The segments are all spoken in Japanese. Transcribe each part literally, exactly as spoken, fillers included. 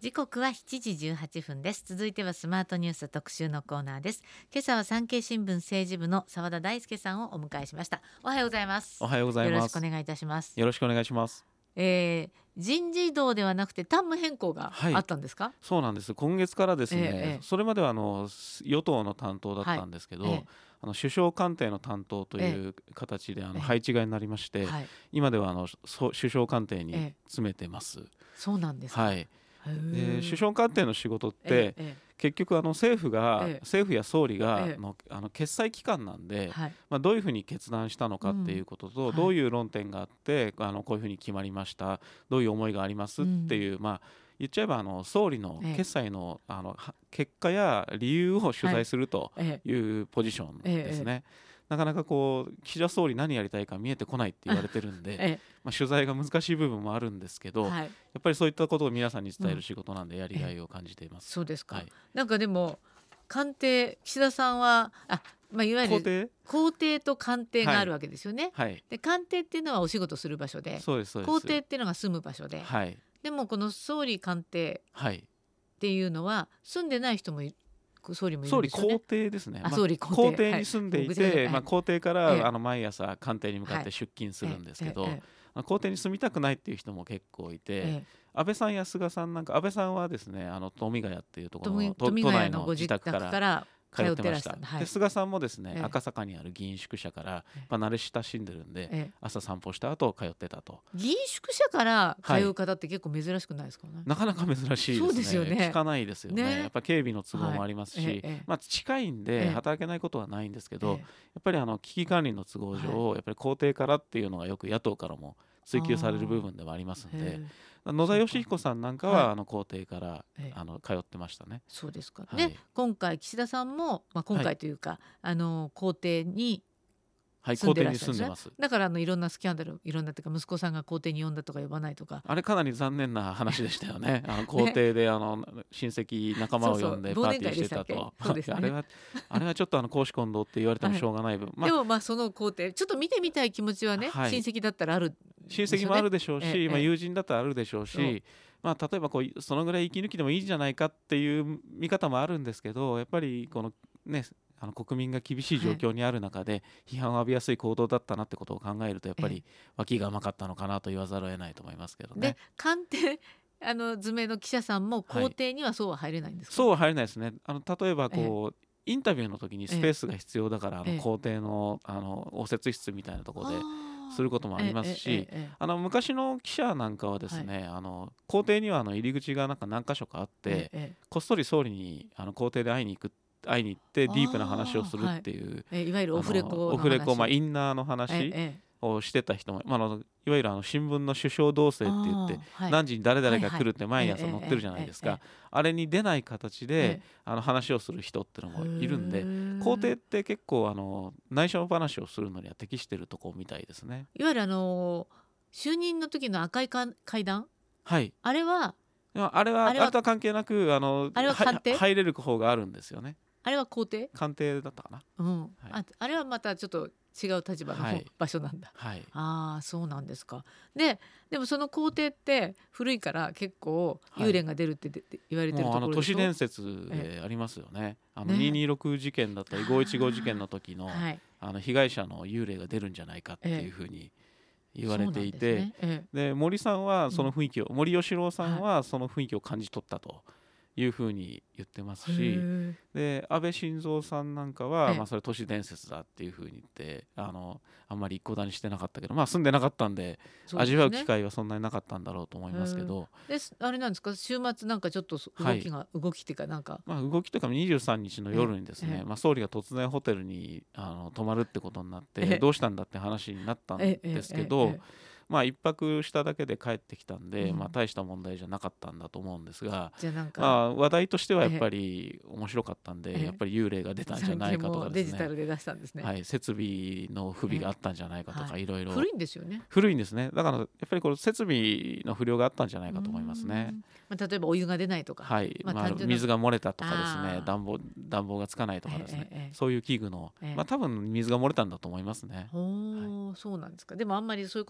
時刻はしちじじゅうはっぷんです。続いてはスマートニュース特集のコーナーです。今朝は産経新聞政治部の澤田大輔さんをお迎えしました。おはようございます。 おはようございます。 よろしくお願いいたします。 よろしくお願いします。 えー、人事異動ではなくて担務変更があったんですか？はい、 そうなんです。今月からですね、ええ、それまではあの与党の担当だったんですけど、はい、ええ、あの首相官邸の担当という形であの配置換えになりまして、ええ、今ではあの首相官邸に詰めてます。ええ、 そうなんですか。 はい。で首相官邸の仕事って、ええ、結局あの政府が、ええ、政府や総理が、ええ、のあの決裁機関なんで、はい、まあ、どういうふうに決断したのかっていうことと、うん、どういう論点があって、はい、あのこういうふうに決まりました、どういう思いがありますっていう、うん、まあ言っちゃえばあの総理の決裁の、ええ、あの結果や理由を取材するというポジションですね。はい、ええ、なかなかこう岸田総理何やりたいか見えてこないって言われてるんで、ええ、まあ、取材が難しい部分もあるんですけど、はい、やっぱりそういったことを皆さんに伝える仕事なんでやりがいを感じています。 うん、そうですか。はい、なんかでも官邸、岸田さんはあ、まあ、いわゆる公邸、公邸と官邸があるわけですよね。はい、で官邸っていうのはお仕事する場所で、そうですそうです。公邸っていうのが住む場所で、はい、でもこの総理官邸っていうのは住んでない人もいる。総理もいるんですよね。総理公邸ですね。まあ、総理公邸、公邸に住んでいて、はい、まあ、公邸から、ええ、あの毎朝官邸に向かって出勤するんですけど、はい、ええ、公邸に住みたくないっていう人も結構いて、ええ、安倍さんや菅さんなんか、安倍さんはですね、あの富ヶ谷っていうところの都内の自宅から通ってました。はい、で菅さんもですね、ええ、赤坂にある議員宿舎から、ええ、まあ、慣れ親しんでるんで、ええ、朝散歩した後通ってたと。 議員宿舎から通う方って結構珍しくないですかね。はい、 なかなか珍しいですね。そうですよね。聞かないですよね。ね、やっぱ警備の都合もありますし、はい、ええ、まあ、近いんで働けないことはないんですけど、ええ、やっぱりあの危機管理の都合上、はい、やっぱり公邸からっていうのがよく野党からも追及される部分ではありますので、野田佳彦さんなんかは、はい、あの公邸から、ええ、あの通ってましたね。 そうですか。はい、で今回岸田さんも、まあ、今回というか、はい、あの公邸に住んでらっしゃるんですね。はい、公邸に住んでます。だからあのいろんなスキャンダル、いろんなっていうか息子さんが公邸に呼んだとか呼ばないとか、 あれかなり残念な話でしたよね。あの公邸であの親戚仲間を呼んでパーティーしてたと。そうそう、ね、あれはあれはちょっとあの公私混同って言われてもしょうがない分、はい、まあ、 でもまあその公邸ちょっと見てみたい気持ちはね、はい、親戚だったらある、ね、 親戚もあるでしょうし、ええ、まあ、友人だったらあるでしょうし、まあ、例えばこうそのぐらい息抜きでもいいんじゃないかっていう見方もあるんですけど、やっぱりこのね、あの国民が厳しい状況にある中で批判を浴びやすい行動だったなってことを考えると、やっぱり脇が甘かったのかなと言わざるを得ないと思いますけどね。で官邸あの詰めの記者さんも公邸にはそうは入れないんですか？ はい、そうは入れないですね。あの例えばこう、ええ、インタビューの時にスペースが必要だから、ええ、あの公邸の、あの応接室みたいなところですることもありますし、あの昔の記者なんかはですね、はい、あの公邸にはあの入り口がなんか何箇所かあって、ええ、こっそり総理にあの公邸で会いに行く会いに行ってディープな話をするっていう、はい、 えいわゆるオフレコの話、 オフレコ、まあ、インナーの話をしてた人も、まあ、あのいわゆるあの新聞の首相同棲って言って、はい、何時に誰々が来るって毎朝載ってるじゃないですか。あれに出ない形であの話をする人っていうのもいるんで、公邸って結構あの内緒話をするのには適してるとこみたいですね。 いわゆるあの就任の時の赤い階段、はい、あれはあれはあれとは関係なく、あのあれは官邸入れる方があるんですよね。 あれは公邸？ 官邸だったかな。 うん、はい、あ, あれはまたちょっと違う立場の、はい、場所なんだ。はい、ああそうなんですか。ででもその公邸って古いから結構幽霊が出るって言われてるところでしょ。 もうあの都市伝説でありますよね。あのにひゃくにじゅうろく事件だったりごひゃくじゅうご事件の時の、はい、あの被害者の幽霊が出るんじゃないかっていうふうに言われていて、で、ねええ、で森さんはその雰囲気を、うん、森喜朗さんはその雰囲気を感じ取ったというふうに言ってますし、で安倍晋三さんなんかは、まあ、それ都市伝説だっていうふうに言ってあのあんまり一顧だにしてなかったけど、まあ、住んでなかったんで、ね、味わう機会はそんなになかったんだろうと思いますけど、 であれなんですか、週末なんかちょっと動きが、はい、動きっていうかなんか、 まあ、動きというかにじゅうさんにちの夜にですね、まあ、総理が突然ホテルにあの泊まるってことになってどうしたんだって話になったんですけど、まあ一泊しただけで帰ってきたんで、うん、まあ大した問題じゃなかったんだと思うんですが、じゃあなんか、まあ、話題としてはやっぱり面白かったんで、やっぱり幽霊が出たんじゃないかとかですね、 デジタルで出したんですね、 はい、設備の不備があったんじゃないかとかいろいろ、 古いんですよね。 古いんですね。だからやっぱりこの設備の不良があったんじゃないかと思いますね。 まあ、例えばお湯が出ないとか、 はい、まあまあ、水が漏れたとかですね、暖房暖房がつかないとかですね、ええ、そういう器具の、ええ、まあ多分水が漏れたんだと思いますね。 お、はい、そうなんですか。でもあんまりそういうことは明かさ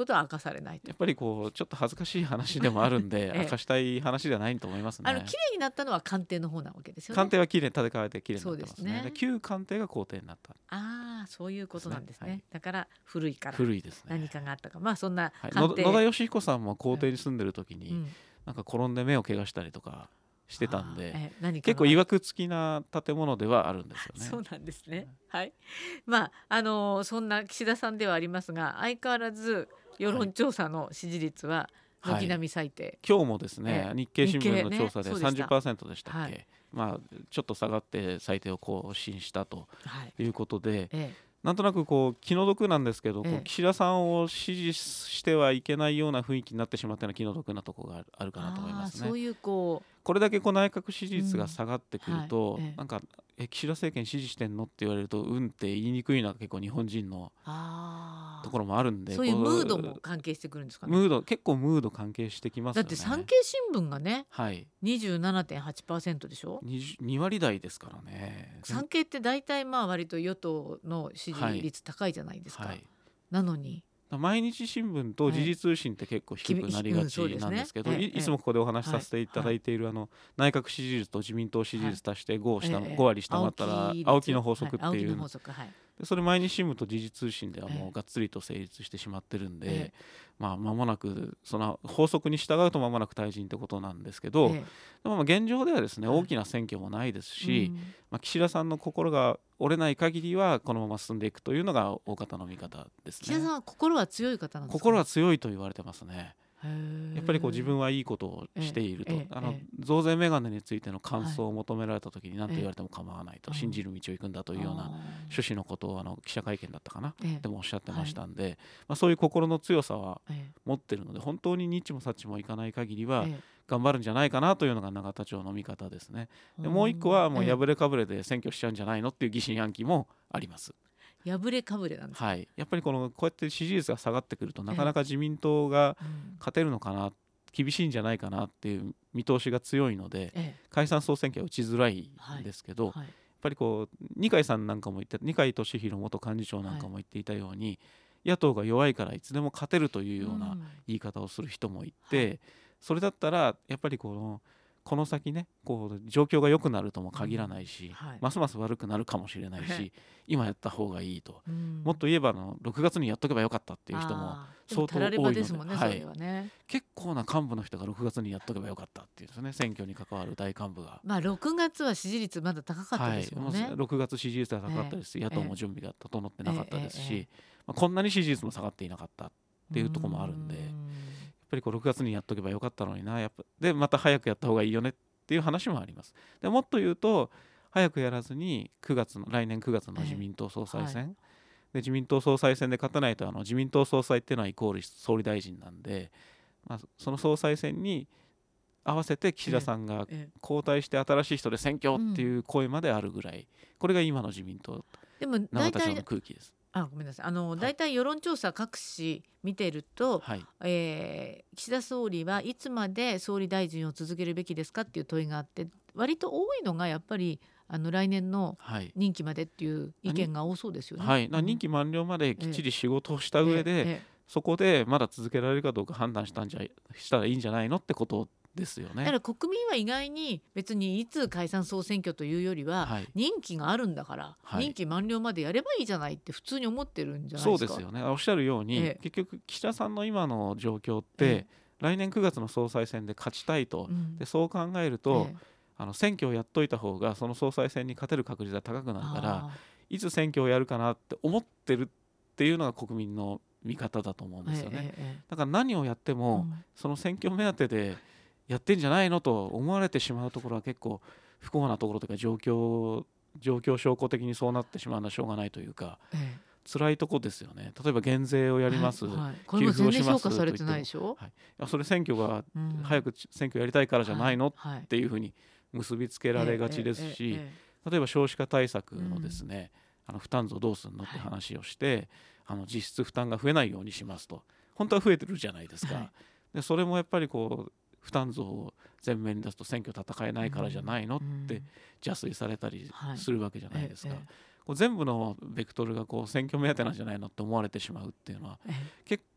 されないと。 やっぱりこうちょっと恥ずかしい話でもあるんで、ええ、明かしたい話ではないと思いますね。 あの綺麗になったのは官邸の方なわけですよね。 官邸は綺麗に建て替えて綺麗になってますね。 そうですね。 旧官邸が皇帝になった。 ああ、そういうことなんですね。はい、だから古いから古いですね。 何かがあったか、まあそんな官邸、はい、野田佳彦さんも皇帝に住んでる時に、うん、なんか転んで目を怪我したりとかしてたんで、ええ、結構いわくつきな建物ではあるんですよね。 そうなんですね。はい。まああのー、そんな岸田さんではありますが、相変わらず世論調査の支持率は軒並み最低。はい、 今日もですね、ええ、日経新聞の調査で さんじゅっパーセント でしたっけ。はい、まあちょっと下がって最低を更新したということで。はい、ええ、なんとなくこう気の毒なんですけど、ええ、こう岸田さんを支持してはいけないような雰囲気になってしまったような気の毒なところがあるかなと思いますね。 そういうこうこれだけこう内閣支持率が下がってくると、うんはい、なんかえ岸田政権支持してんのって言われるとうんって言いにくいのは結構日本人のところもあるんで、 そういうムードも関係してくるんですかね。 ムード結構ムード関係してきますよね。 だって産経新聞がね、はい、にじゅうななてんはちパーセント でしょ。 に割台ですからね。 産経って大体まあ割と与党の支持率高いじゃないですか。はい、なのに毎日新聞と時事通信って結構低くなりがちなんですけど、いつもここでお話しさせていただいているあの内閣支持率と自民党支持率足して ご, 下ご割下回ったら青木の法則っていう、それ毎日新聞と時事通信ではもうがっつりと成立してしまってるんで、まあ間もなくその法則に従うと間もなく退陣ってことなんですけど、でもまあ現状ではですね大きな選挙もないですし、まあ岸田さんの心が折れない限りはこのまま進んでいくというのが大方の見方ですね。 岸田さんは心は強い方なんですか。 心は強いと言われてますね。やっぱりこう自分はいいことをしていると、あの増税メガネについての感想を求められた時に何と言われても構わないと、信じる道を行くんだというような趣旨のことをあの記者会見だったかなでもおっしゃってましたんで、まあそういう心の強さは持ってるので、本当にニッチもサッチもいかない限りは頑張るんじゃないかなというのが永田町の見方ですね。でもう一個はもう破れかぶれで選挙しちゃうんじゃないのっていう疑心暗鬼もあります。 破れかぶれなんですか。 はい、やっぱりこのこうやって支持率が下がってくるとなかなか自民党が勝てるのかな、厳しいんじゃないかなっていう見通しが強いので、ええ、解散総選挙は打ちづらいんですけど、はいはい、やっぱりこう二階さんなんかも言って二階俊博元幹事長なんかも言っていたように、はい、野党が弱いからいつでも勝てるというような言い方をする人もいて、うんはい、それだったらやっぱりこのこの先ねこう状況が良くなるとも限らないし、うんはい、ますます悪くなるかもしれないし今やった方がいいと、うん、もっと言えばあのろくがつにやっとけばよかったっていう人も相当多いので、結構な幹部の人がろくがつにやっとけばよかったっていうんですね、選挙に関わる大幹部が。 まあろくがつは支持率まだ高かったですもんね、はい、 ろくがつ支持率が高かったですし、えー、野党も準備が整ってなかったですし、えーえーまあ、こんなに支持率も下がっていなかったっていうところもあるんで、やっぱりこうろくがつにやっとけばよかったのにな、やっぱでまた早くやった方がいいよねっていう話もあります。でもっと言うと早くやらずにくがつの来年くがつの自民党総裁選、えーはい、で自民党総裁選で勝たないとあの自民党総裁っていうのはイコール総理大臣なんで、まあ、その総裁選に合わせて岸田さんが交代して新しい人で選挙っていう声まであるぐらい、これが今の自民党永田町の空気です。 あごめんなさい、あのだいたい世論調査各紙見てると、はいえー、岸田総理はいつまで総理大臣を続けるべきですかっていう問いがあって、割と多いのがやっぱりあの来年の任期までっていう意見が多そうですよね。 はい、はい、任期満了まできっちり仕事をした上で、えーえーえー、そこでまだ続けられるかどうか判断したんじゃしたらいいんじゃないのってことですよね。 だから国民は意外に別にいつ解散総選挙というよりは、はい、任期があるんだから、はい、任期満了までやればいいじゃないって普通に思ってるんじゃないですか。 そうですよね、おっしゃるように、ええ、結局岸田さんの今の状況って、ええ、来年くがつの総裁選で勝ちたいと、うん、でそう考えると、ええ、あの選挙をやっといた方がその総裁選に勝てる確率が高くなるから、いつ選挙をやるかなって思ってるっていうのが国民の見方だと思うんですよね、ええ、だから何をやっても、うん、その選挙目当てでやってんじゃないのと思われてしまうところは結構不幸なところというか、状況状況証拠的にそうなってしまうのはしょうがないというか、ええ、辛いとこですよね。例えば減税をやります、はいはい、 これも全然評価されてないでしょ、 はい、それ選挙が早く選挙やりたいからじゃないの、はい、っていうふうに結びつけられがちですし、ええええ、例えば少子化対策のですね、うん、あの負担増どうするのって話をして、はい、あの実質負担が増えないようにしますと、本当は増えてるじゃないですか、はい、でそれもやっぱりこう負担増を前面に出すと選挙戦えないからじゃないのって邪推されたりするわけじゃないですか、はいええ、こう全部のベクトルがこう選挙目当てなんじゃないのって思われてしまうっていうのは結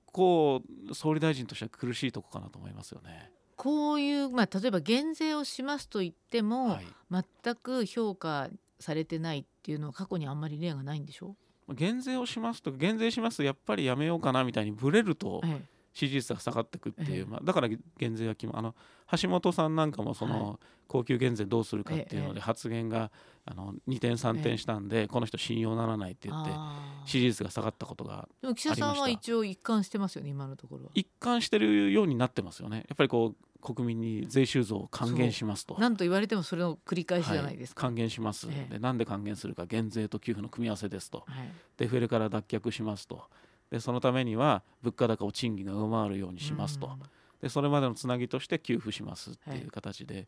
構総理大臣としては苦しいとこかなと思いますよね。 こういう、まあ、例えば減税をしますと言っても、はい、全く評価されてないっていうのは過去にあんまり例がないんでしょう。減税をしますと減税しますとやっぱりやめようかなみたいにブレると、はい、支持率が下がっていくっていう、ええまあ、だから減税は決まあの橋本さんなんかもその、はい、高級減税どうするかっていうので発言が、あのにてんさんてんしたんで、ええ、この人信用ならないって言って支持率が下がったことがありました。 でも岸田さんは一応一貫してますよね今のところは。 一貫してるようになってますよね。やっぱりこう国民に税収増を還元しますと何と言われてもそれの繰り返しじゃないですか、 はい、還元します、ええ、でなんで還元するか減税と給付の組み合わせですと、 はい、 デフレから脱却しますと、でそのためには物価高を賃金が上回るようにしますと、うん、でそれまでのつなぎとして給付しますっていう形で、はい、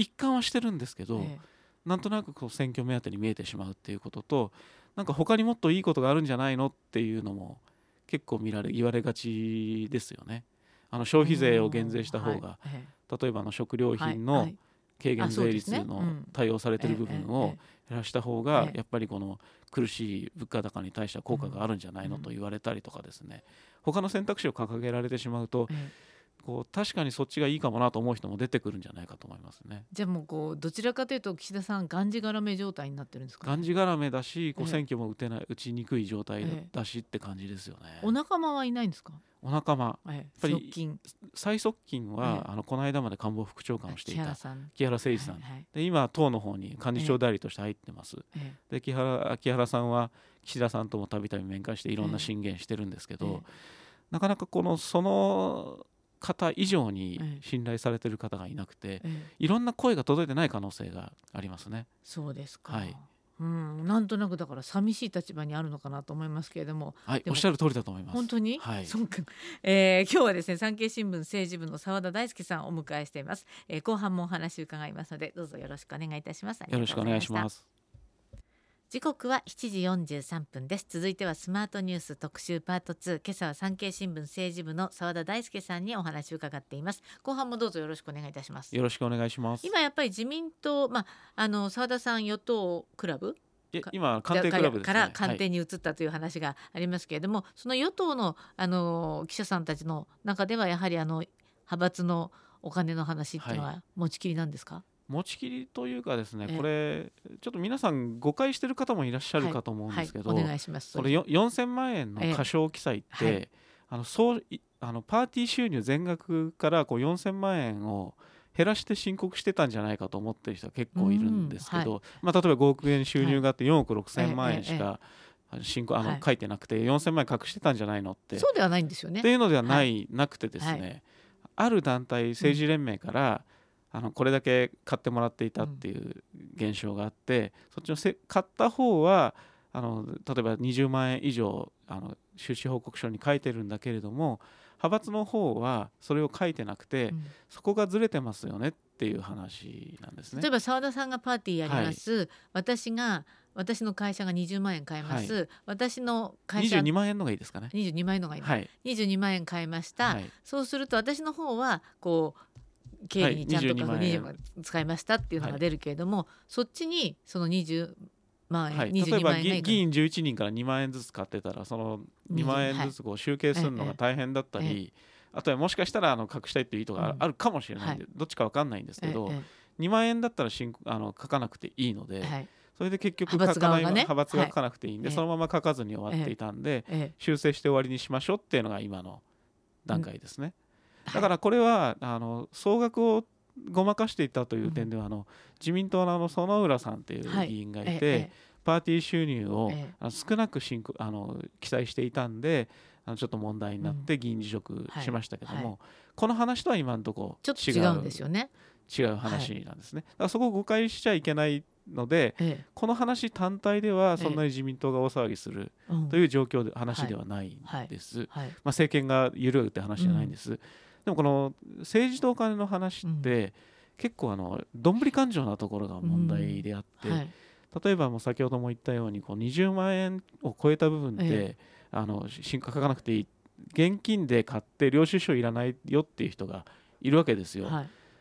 一貫はしてるんですけど、ええ、なんとなくこう選挙目当てに見えてしまうっていうことと、なんか他にもっといいことがあるんじゃないのっていうのも結構見られ言われがちですよね。あの消費税を減税した方が、はい、例えばあの食料品の軽減税率の対応されている部分を減らした方がやっぱりこの苦しい物価高に対しては効果があるんじゃないのと言われたりとかですね、他の選択肢を掲げられてしまうと、こう確かにそっちがいいかもなと思う人も出てくるんじゃないかと思いますね。 じゃあもうこうどちらかというと岸田さんがんじがらめ状態になってるんですかね。 がんじがらめだし、こう選挙も打てない、打ちにくい状態だしって感じですよね。 お仲間はいないんですか。 お仲間、 ええ、やっぱり最側近は、ええ、あのこの間まで官房副長官をしていた木原さん、 木原誠二さん、はいはい、で今党の方に幹事長代理として入ってます、ええ、で木原、木原さんは岸田さんともたびたび面会していろんな進言してるんですけど、ええ、なかなかこのその方以上に信頼されている方がいなくて、ええ、いろんな声が届いてない可能性がありますね。 そうですか、 はい、 うん、なんとなくだから寂しい立場にあるのかなと思いますけれども、 はい、おっしゃる通りだと思います。 本当に、 はい、 そうか、えー、今日はですね産経新聞政治部の澤田大輔さんをお迎えしています、えー、後半もお話伺いますのでどうぞよろしくお願いいたします。 よろしくお願いします。 時刻はしちじよんじゅうさんぷんです。続いてはスマートニュース特集パートツー、今朝は産経新聞政治部の澤田大輔さんにお話を伺っています。後半もどうぞよろしくお願いいたします。 よろしくお願いします。 今やっぱり自民党、まあ、あの澤田さん与党クラブ今官邸クラブですね、 から官邸に移ったという話がありますけれども、はい、その与党の、あの記者さんたちの中ではやはりあの派閥のお金の話っていうのは持ちきりなんですか。はい、 持ちきりというかですね、これちょっと皆さん誤解してる方もいらっしゃるかと思うんですけど、 はいはい、お願いします。 これよんせんまんえんの過少記載って、はい、あのそうあのパーティー収入全額からこうよんせんまんえんを減らして申告してたんじゃないかと思ってる人は結構いるんですけど、はい、まあ、例えばごおくえん収入があってよんおくろくせんまんえんしか申告あの書いてなくてよんせんまんえん隠してたんじゃないのって、 そうではないんですよねっていうのではない、はい、なくてですね、はい、ある団体政治連盟から、うん、あのこれだけ買ってもらっていたっていう現象があって、うん、そっちのせ買った方はあの例えばにじゅうまんえん以上あの収支報告書に書いてるんだけれども派閥の方はそれを書いてなくて、うん、そこがずれてますよねっていう話なんですね。 例えば澤田さんがパーティーやります、はい、私が私の会社がにじゅうまんえん買います、はい、私の会社にじゅうにまんえんのがいいですかね。 にじゅうにまんえんのがいい、はい、にじゅうにまんえん買いました、はい、そうすると私の方はこう経理にちゃんとかにじゅうまん使いましたっていうのが出るけれども、はい、そっちにそのにじゅうまんえん、はい、 例えば議員じゅういちにんからにまんえんずつ買ってたらそのにまんえんずつこう集計するのが大変だったり、はいええええあとはもしかしたらあの隠したいっていう意図があるかもしれないんで、うん、どっちか分かんないんですけど、ええ、にまんえんだったら申あの書かなくていいので、はい、それで結局派閥側がね、 派閥が書かなくていいんで、はい、そのまま書かずに終わっていたんで、ええ、修正して終わりにしましょうっていうのが今の段階ですね、うん、だからこれはあの総額をごまかしていたという点では、うん、あの自民党のあの園浦さんという議員がいて、はいええ、パーティー収入を、ええ、少なく申告あの記載していたんであのちょっと問題になって議員辞職しましたけども、うんはいはい、この話とは今のところ違う、 ちょっと違うんですよね。 違う話なんですね、はい、だからそこを誤解しちゃいけないので、ええ、この話単体ではそんなに自民党が大騒ぎするという状況で、うん、話ではないんです、はいはいはい、まあ、政権が緩うって話じゃないんです、うん、でもこの政治とお金の話って、うん、結構あのどんぶり勘定なところが問題であって、うんはい、例えばもう先ほども言ったようにこうにじゅうまんえんを超えた部分で、ええ、あの申告書かなくていい現金で買って領収書いらないよっていう人がいるわけですよ、はい、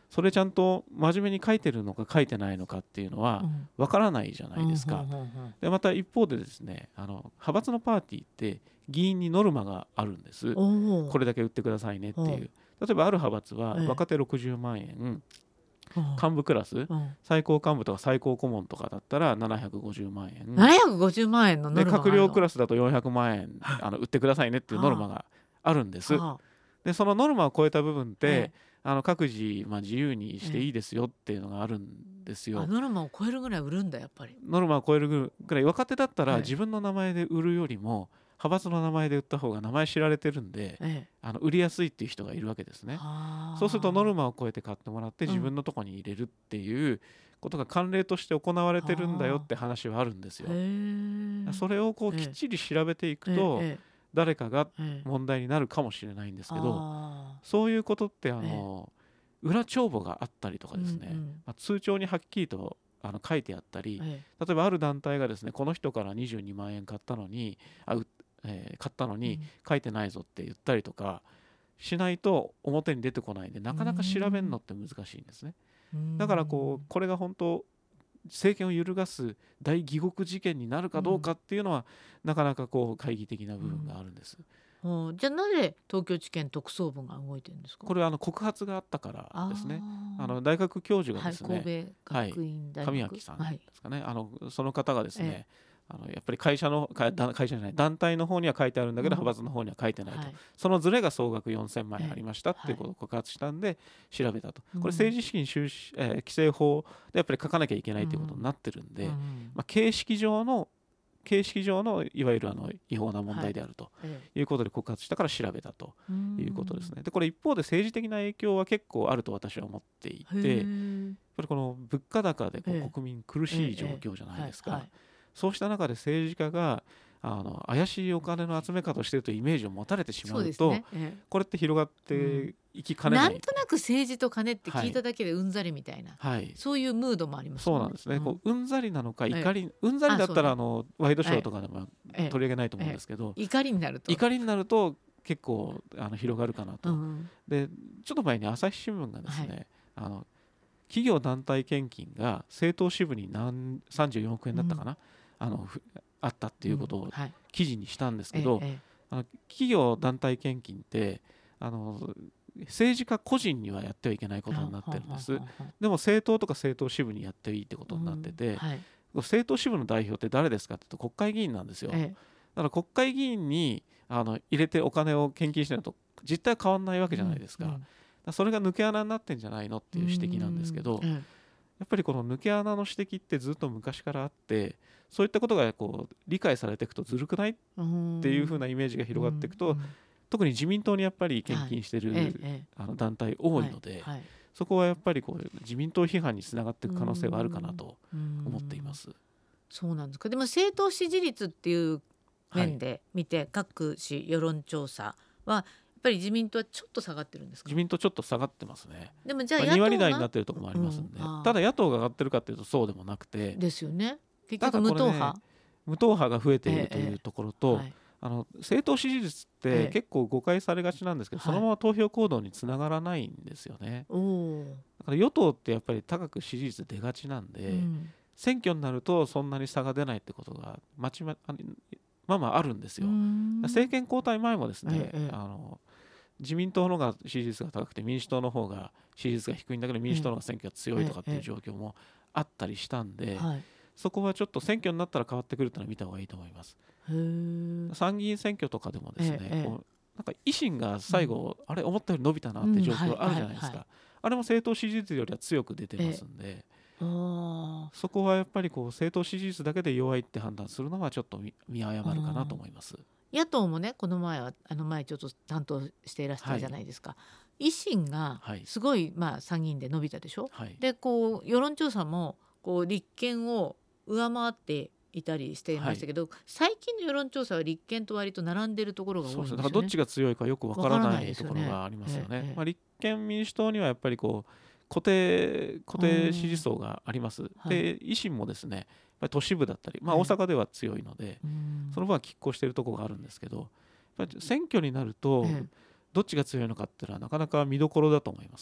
それちゃんと真面目に書いてるのか書いてないのかっていうのはわからないじゃないですか。でまた一方でですね、あの派閥のパーティーって議員にノルマがあるんです。これだけ売ってくださいねっていう。例えばある派閥は若手ろくじゅうまんえん、幹部クラス、最高幹部とか最高顧問とかだったらななひゃくごじゅうまんえん、 ななひゃくごじゅうまんえんのノルマがあるの。 で閣僚クラスだとよんひゃくまんえんあの売ってくださいねっていうノルマがあるんです。でそのノルマを超えた部分って、ええ、あの各自、まあ、自由にしていいですよっていうのがあるんですよ。 あ、ノルマを超えるぐらい売るんだやっぱり。 ノルマを超えるぐらい若手だったら、自分の名前で売るよりも派閥の名前で売った方が名前知られてるんで、ええ、あの売りやすいっていう人がいるわけですね。そうするとノルマを超えて買ってもらって自分のとこに入れるっていうことが慣例として行われてるんだよって話はあるんですよ。それをこうきっちり調べていくと、ええ誰かが問題になるかもしれないんですけど、そういうことってあの裏帳簿があったりとかですね、まあ、通帳にはっきりとあの書いてあったり、例えばある団体がですねこの人からにじゅうにまんえん買ったのにあ、えー、買ったのに書いてないぞって言ったりとかしないと表に出てこないんで、なかなか調べるのって難しいんですね。だからこうこれが本当政権を揺るがす大疑獄事件になるかどうかっていうのは、うん、なかなかこう懐疑的な部分があるんです。 うんうん、じゃあなぜ東京地検特捜部が動いてるんですか。 これはあの告発があったからですね。あの大学教授がですね、 はい、神戸学院大学、 はい、神脇さんですかね、はい、あのその方がですね、ええあのやっぱり会社の会社じゃない団体の方には書いてあるんだけど、うん、派閥の方には書いてないと、はい、そのズレが総額よんせんまんえんありましたっていうことを告発したんで調べたと、はい、これ政治資金収支、えー、規正法でやっぱり書かなきゃいけないということになってるんで、うんまあ、形式上の形式上のいわゆるあの違法な問題であるということで告発したから調べたということですね。でこれ一方で政治的な影響は結構あると私は思っていて、やっぱりこの物価高でこう国民苦しい状況じゃないですか。そうした中で政治家があの怪しいお金の集め方をしているというイメージを持たれてしまうと、ねええ、これって広がっていきかねない、 うん、なんとなく政治と金って聞いただけでうんざりみたいな、はい、そういうムードもありますよね。 そうなんですね、うん、こううんざりなのか怒り、ええ、うんざりだったらあのワイドショーとかでも取り上げないと思うんですけど、 ええ、怒りになると怒りになると結構あの広がるかなと、うん、でちょっと前に朝日新聞がですね、はい、あの企業団体献金が政党支部に何さんじゅうよんおくえんだったかな、うんあのあったっていうことを記事にしたんですけど、うんはいあの企業団体献金ってあの政治家個人にはやってはいけないことになってるんです。でも政党とか政党支部にやっていいってことになってて、うんはい、政党支部の代表って誰ですかって言うと国会議員なんですよ。ええ、だから国会議員にあの入れてお金を献金しないと実態は変わんないわけじゃないですか。うんうん、それが抜け穴になってんじゃないのっていう指摘なんですけど、うんうん、やっぱりこの抜け穴の指摘ってずっと昔からあって、そういったことがこう理解されていくとずるくないっていう風なイメージが広がっていくと、特に自民党にやっぱり献金してる、はい、あの団体多いので、はいはい、そこはやっぱりこう自民党批判につながっていく可能性はあるかなと思っています。 そうなんですか。でも政党支持率っていう面で見て、各紙世論調査はやっぱり自民党はちょっと下がってるんですか。 自民党ちょっと下がってますね。 でもじゃあまあ、にわり台になってるところもありますんで、うん、ただ野党が上がってるかっていうとそうでもなくてですよね。結局無党派、ね、 無党派が増えているというところと、ええはい、あの政党支持率って結構誤解されがちなんですけど、ええ、そのまま投票行動につながらないんですよね。はい、だから与党ってやっぱり高く支持率出がちなんで、うん、選挙になるとそんなに差が出ないってことがまちままあまああるんですよ。政権交代前もですね、ええ、あの自民党の方が支持率が高くて民主党の方が支持率が低いんだけど民主党の方が選挙が強いとかっていう状況もあったりしたんで、ええはい、そこはちょっと選挙になったら変わってくるっていうのは見た方がいいと思います。参議院選挙とかでもですね、ええ、こうなんか維新が最後、うん、あれ思ったより伸びたなって状況あるじゃないですか。あれも政党支持率よりは強く出てますんで、ええ、そこはやっぱりこう政党支持率だけで弱いって判断するのはちょっと 見, 見誤るかなと思います。 野党もねこの前はあの前ちょっと担当していらっしゃるじゃないですか、はい、維新がすごい、はいまあ、参議院で伸びたでしょ、はい、でこう世論調査もこう立憲を上回っていたりしていましたけど、はい、最近の世論調査は立憲と割と並んでるところが多いんですよね。 そうですね、だからどっちが強いかよくわからないところがありますよね。ええまあ、立憲民主党にはやっぱりこう固定固定支持層があります。で維新もですねやっぱり都市部だったり、まあ、大阪では強いので、はい、その分は拮抗しているところがあるんですけど、やっぱり選挙になるとどっちが強いのかっていうのはなかなか見どころだと思いますね。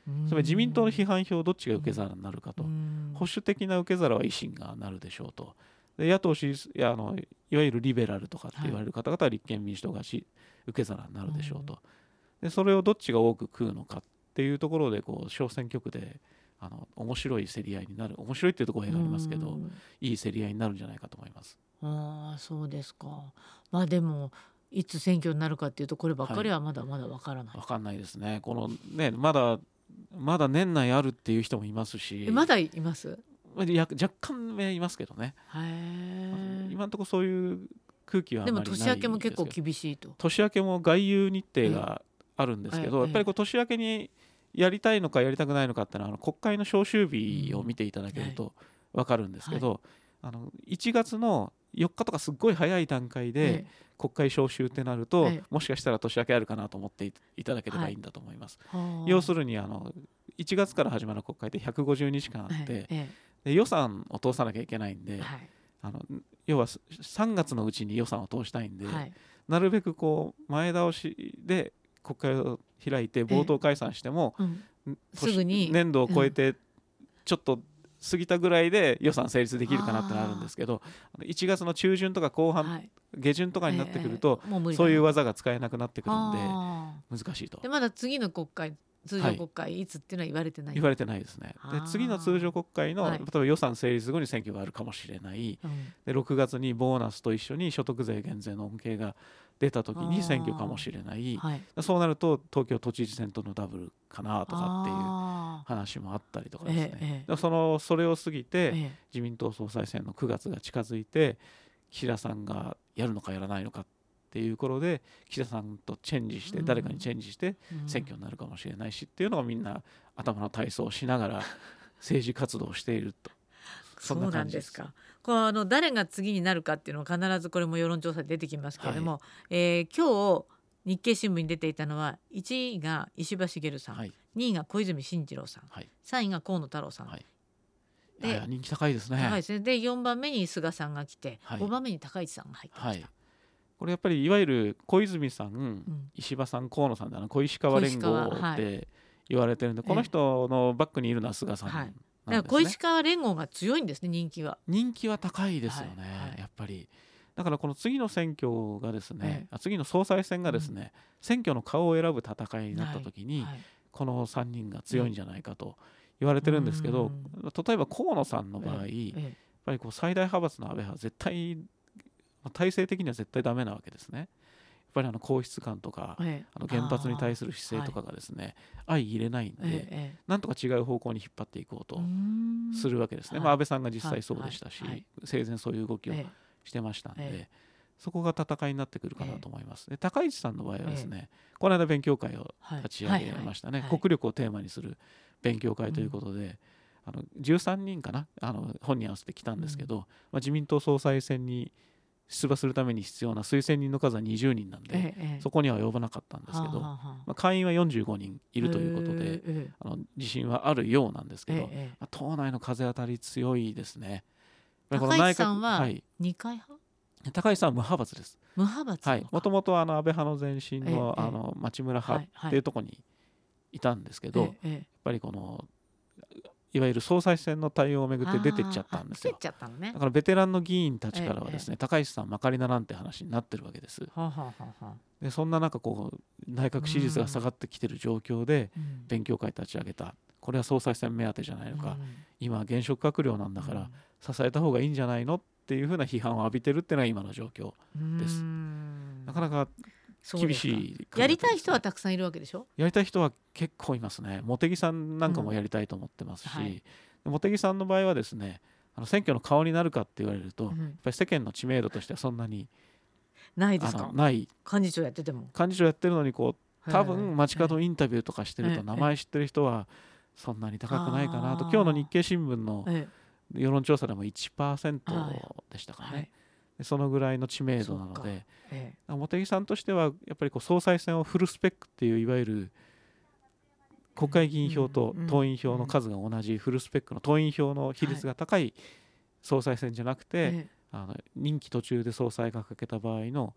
つまり自民党の批判票どっちが受け皿になるかと、保守的な受け皿は維新がなるでしょうと、で野党支持いやあのいわゆるリベラルとかって言われる方々は立憲民主党がし受け皿になるでしょうと、でそれをどっちが多く食うのかっていうところでこう小選挙区であの面白い競り合いになる、面白いっていうところがありますけど、いい競り合いになるんじゃないかと思います。 ああ、そうですか。まあでもいつ選挙になるかっていうとこればっかりはまだまだわからない。 わかんないですね。このねまだまだ年内あるっていう人もいますし。 えまだいます？ や若干いますけどね。 へ今のところそういう空気はあまりないんですけど。 でも年明けも結構厳しいと。 年明けも外遊日程があるんですけど、やっぱりこう年明けにやりたいのかやりたくないのかっていうのはあの国会の召集日を見ていただけると分かるんですけど、あのいちがつのよっかとかすっごい早い段階で国会召集ってなると、もしかしたら年明けあるかなと思っていただければいいんだと思います。要するにあのいちがつから始まる国会ってひゃくごじゅうにちかんあって、で予算を通さなきゃいけないんで、あの要はさんがつのうちに予算を通したいんで、なるべくこう前倒しで国会を開いて冒頭解散しても、 すぐに年度を超えてちょっと過ぎたぐらいで予算成立できるかなってなるんですけど、いちがつの中旬とか後半、はい、下旬とかになってくると、えー、そういう技が使えなくなってくるんで難しいと。 でまだ次の国会通常国会いつっていうのは言われてない、はい、 言われてないですね。で次の通常国会の、はい、例えば予算成立後に選挙があるかもしれない、うん、でろくがつにボーナスと一緒に所得税減税の恩恵が出た時に選挙かもしれない、はい、そうなると東京都知事選とのダブルかなとかっていう話もあったりとかですね、ええ、そのそれを過ぎて、ええ、自民党総裁選のくがつが近づいて岸田さんがやるのかやらないのかっていう頃で岸田さんとチェンジして、うん、誰かにチェンジして選挙になるかもしれないしっていうのがみんな頭の体操をしながら政治活動をしていると。 そんな感じです。そうなんですか。こうあの誰が次になるかっていうのは必ずこれも世論調査で出てきますけれども、はい、えー、今日日経新聞に出ていたのはいちいが石破茂さん、はい、にいが小泉進次郎さん、はい、さんいが河野太郎さん、はい、 でいや人気高いですね。 高いですね。でよんばんめに菅さんが来て、はい、ごばんめに高市さんが入ってきた、はい、 これやっぱりいわゆる小泉さん、うん、石破さん河野さんであの小石川連合って言われてるんで、はい、この人のバックにいるのは菅さん、はい、 だから小石川連合が強いんですね。人気は人気は高いですよね、はいはい、やっぱりだからこの次の選挙がですね、はい、次の総裁選がですね、うん、選挙の顔を選ぶ戦いになった時に、はいはい、このさんにんが強いんじゃないかと言われてるんですけど、うん、例えば河野さんの場合、ええ、やっぱりこう最大派閥の安倍派は絶対体制的には絶対ダメなわけですね。やっぱりあの皇室観とか、ええ、あの原発に対する姿勢とかがですね、相入れないんで、ええ、なんとか違う方向に引っ張っていこうとするわけですね。まあ、安倍さんが実際そうでしたし、はいはい、生前そういう動きをしてましたんで、ええ、そこが戦いになってくるかなと思います。で高市さんの場合はですね、ええ、この間勉強会を立ち上げましたね、はいはいはい、国力をテーマにする勉強会ということで、うん、あのじゅうさんにんかなあの本に合わせて来たんですけど、うんまあ、自民党総裁選に出馬するために必要な推薦人の数はにじゅうにんなんで、ええ、そこには及ばなかったんですけど、はあはあまあ、会員はよんじゅうごにんいるということで、え、あの自信はあるようなんですけど、まあ、党内の風当たり強いですね。 高市さんはにかい派、はい、 高市さんは無派閥です。 無派閥、 はい、もともとあの安倍派の前身の、あの町村派っていうところにいたんですけど、やっぱりこのいわゆる総裁選の対応をめぐって出てっちゃったんですよ。 出てっちゃったのね。 だからベテランの議員たちからはですね、ええ、高市さんまかりななんて話になってるわけです。ははははでそんな中こう内閣支持率が下がってきてる状況で勉強会立ち上げた。これは総裁選目当てじゃないのか、今現職閣僚なんだから支えた方がいいんじゃないのっていうふうな批判を浴びてるっていうのが今の状況です。なかなか厳しい。 やりたい人はたくさんいるわけでしょ。 やりたい人は結構いますね。茂木さんなんかもやりたいと思ってますし、うんはい、茂木さんの場合はですね、あの選挙の顔になるかって言われると、うん、やっぱり世間の知名度としてはそんなにないですか。 ない。 幹事長やってても幹事長やってるのにこう多分街角インタビューとかしてると名前知ってる人はそんなに高くないかなと。今日の日経新聞の世論調査でも いちパーセント でしたかね、はいはい、そのぐらいの知名度なので、ええ、茂木さんとしてはやっぱりこう総裁選をフルスペックっていういわゆる国会議員票と党員票の数が同じフルスペックの党員票の比率が高い総裁選じゃなくて、はい、あの任期途中で総裁がかけた場合の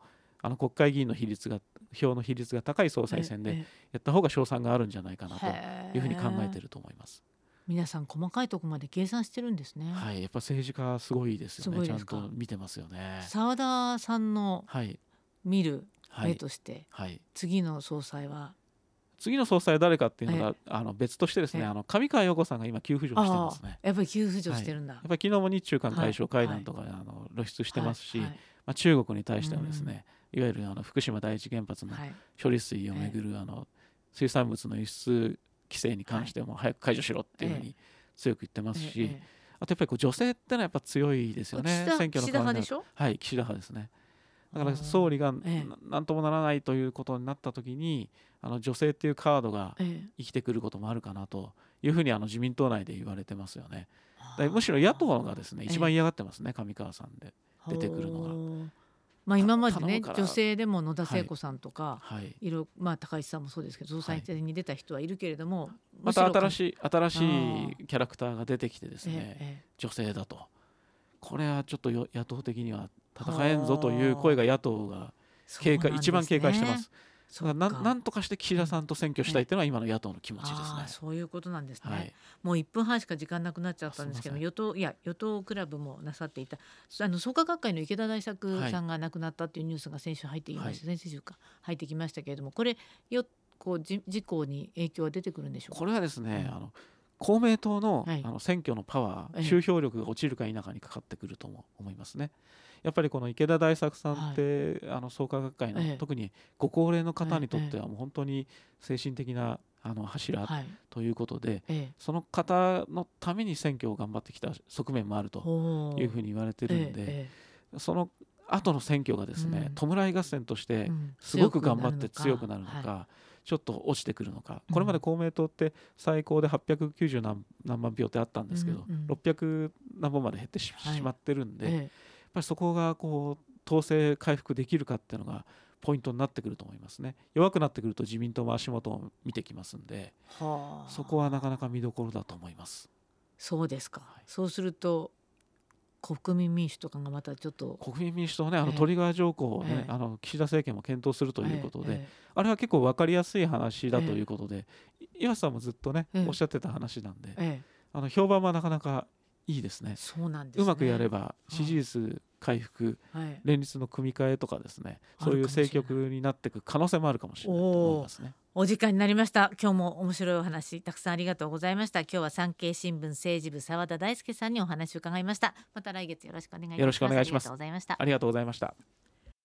あの国会議員の比率が票の比率が高い総裁選でやった方が勝算があるんじゃないかなというふうに考えていると思います。 皆さん細かいところまで計算してるんですね。 はい、やっぱ政治家すごいですよね。ちゃんと見てますよね。 澤田さんの見る目として、 はいはい、 次の総裁は次の総裁は誰かっていうのがあの別としてですね、あの上川陽子さんが今急浮上してますね。 やっぱり急浮上してるんだ。 はい、やっぱり昨日も日中韓外相会談とかで、はい、あの露出してますし、はいはい、まあ、中国に対してはですね、うん、いわゆるあの福島第一原発の処理水をめぐる、はい、あの水産物の輸出規制に関しても早く解除しろっていうふうに強く言ってますし、はい、あとやっぱりこう女性ってのはやっぱ強いですよね。選挙の岸田派でしょ。 はい、岸田派ですね。だから総理が何ともならないということになった時に、あの女性っていうカードが生きてくることもあるかなというふうにあの自民党内で言われてますよね。だむしろ野党がですね一番嫌がってますね、上川さんで出てくるのが。 まあ、今までね女性でも野田聖子さんとか、はい、いろまあ、高市さんもそうですけど総裁選に出た人はいるけれども、はい、 また新しい新しいキャラクターが出てきてですね、ええ、女性だとこれはちょっと野党的には戦えんぞという声が野党が警戒、ね、一番警戒してます。だからななんとかして岸田さんと選挙したいというのは今の野党の気持ちですね。 あ、そういうことなんですね。はい、もういっぷんはんしか時間なくなっちゃったんですけど、与党いや与党クラブもなさっていたあの創価学会の池田大作さんが亡くなったというニュースが先週入ってきました、はい、先週か入ってきましたけれども、これよこうじ自公に影響は出てくるんでしょうか。 これはですね、うん、あの公明党 の,、はい、あの選挙のパワー、集票力が落ちるか否かにかかってくるとも思いますね。やっぱりこの池田大作さんって、はい、あの創価学会の、ええ、特にご高齢の方にとってはもう本当に精神的なあの柱ということで、はい、その方のために選挙を頑張ってきた側面もあるというふうに言われてるんで、ええ、その後の選挙がですね、うん、弔い合戦としてすごく頑張って強くなるのか、うんはい、ちょっと落ちてくるのか。これまで公明党って最高ではっぴゃくきゅうじゅう何、何万票ってあったんですけど、うんうん、ろっぴゃく何本まで減って し,、はい、しまってるんで、ええ、やっぱりそこがこう統制回復できるかっていうのがポイントになってくると思いますね。弱くなってくると自民党も足元を見てきますんで、はあ、そこはなかなか見どころだと思います。 そうですか、はい、そうすると国民民主とかがまたちょっと国民民主党ね、あのトリガー条項をね、えー、あの岸田政権も検討するということで、えーえー、あれは結構分かりやすい話だということで、えー、岩瀬さんもずっとね、えー、おっしゃってた話なんで、えー、あの評判はなかなかいいですね。 そうなんですね。 うまくやれば支持率回復、はい、連立の組み替えとかですね、そういう政局になっていく可能性もあるかもしれないと思いますね。 お時間になりました。今日も面白いお話たくさんありがとうございました。今日は産経新聞政治部澤田大輔さんにお話を伺いました。また来月よろしくお願いします。 よろしくお願いします。 ありがとうございました。 ありがとうございました。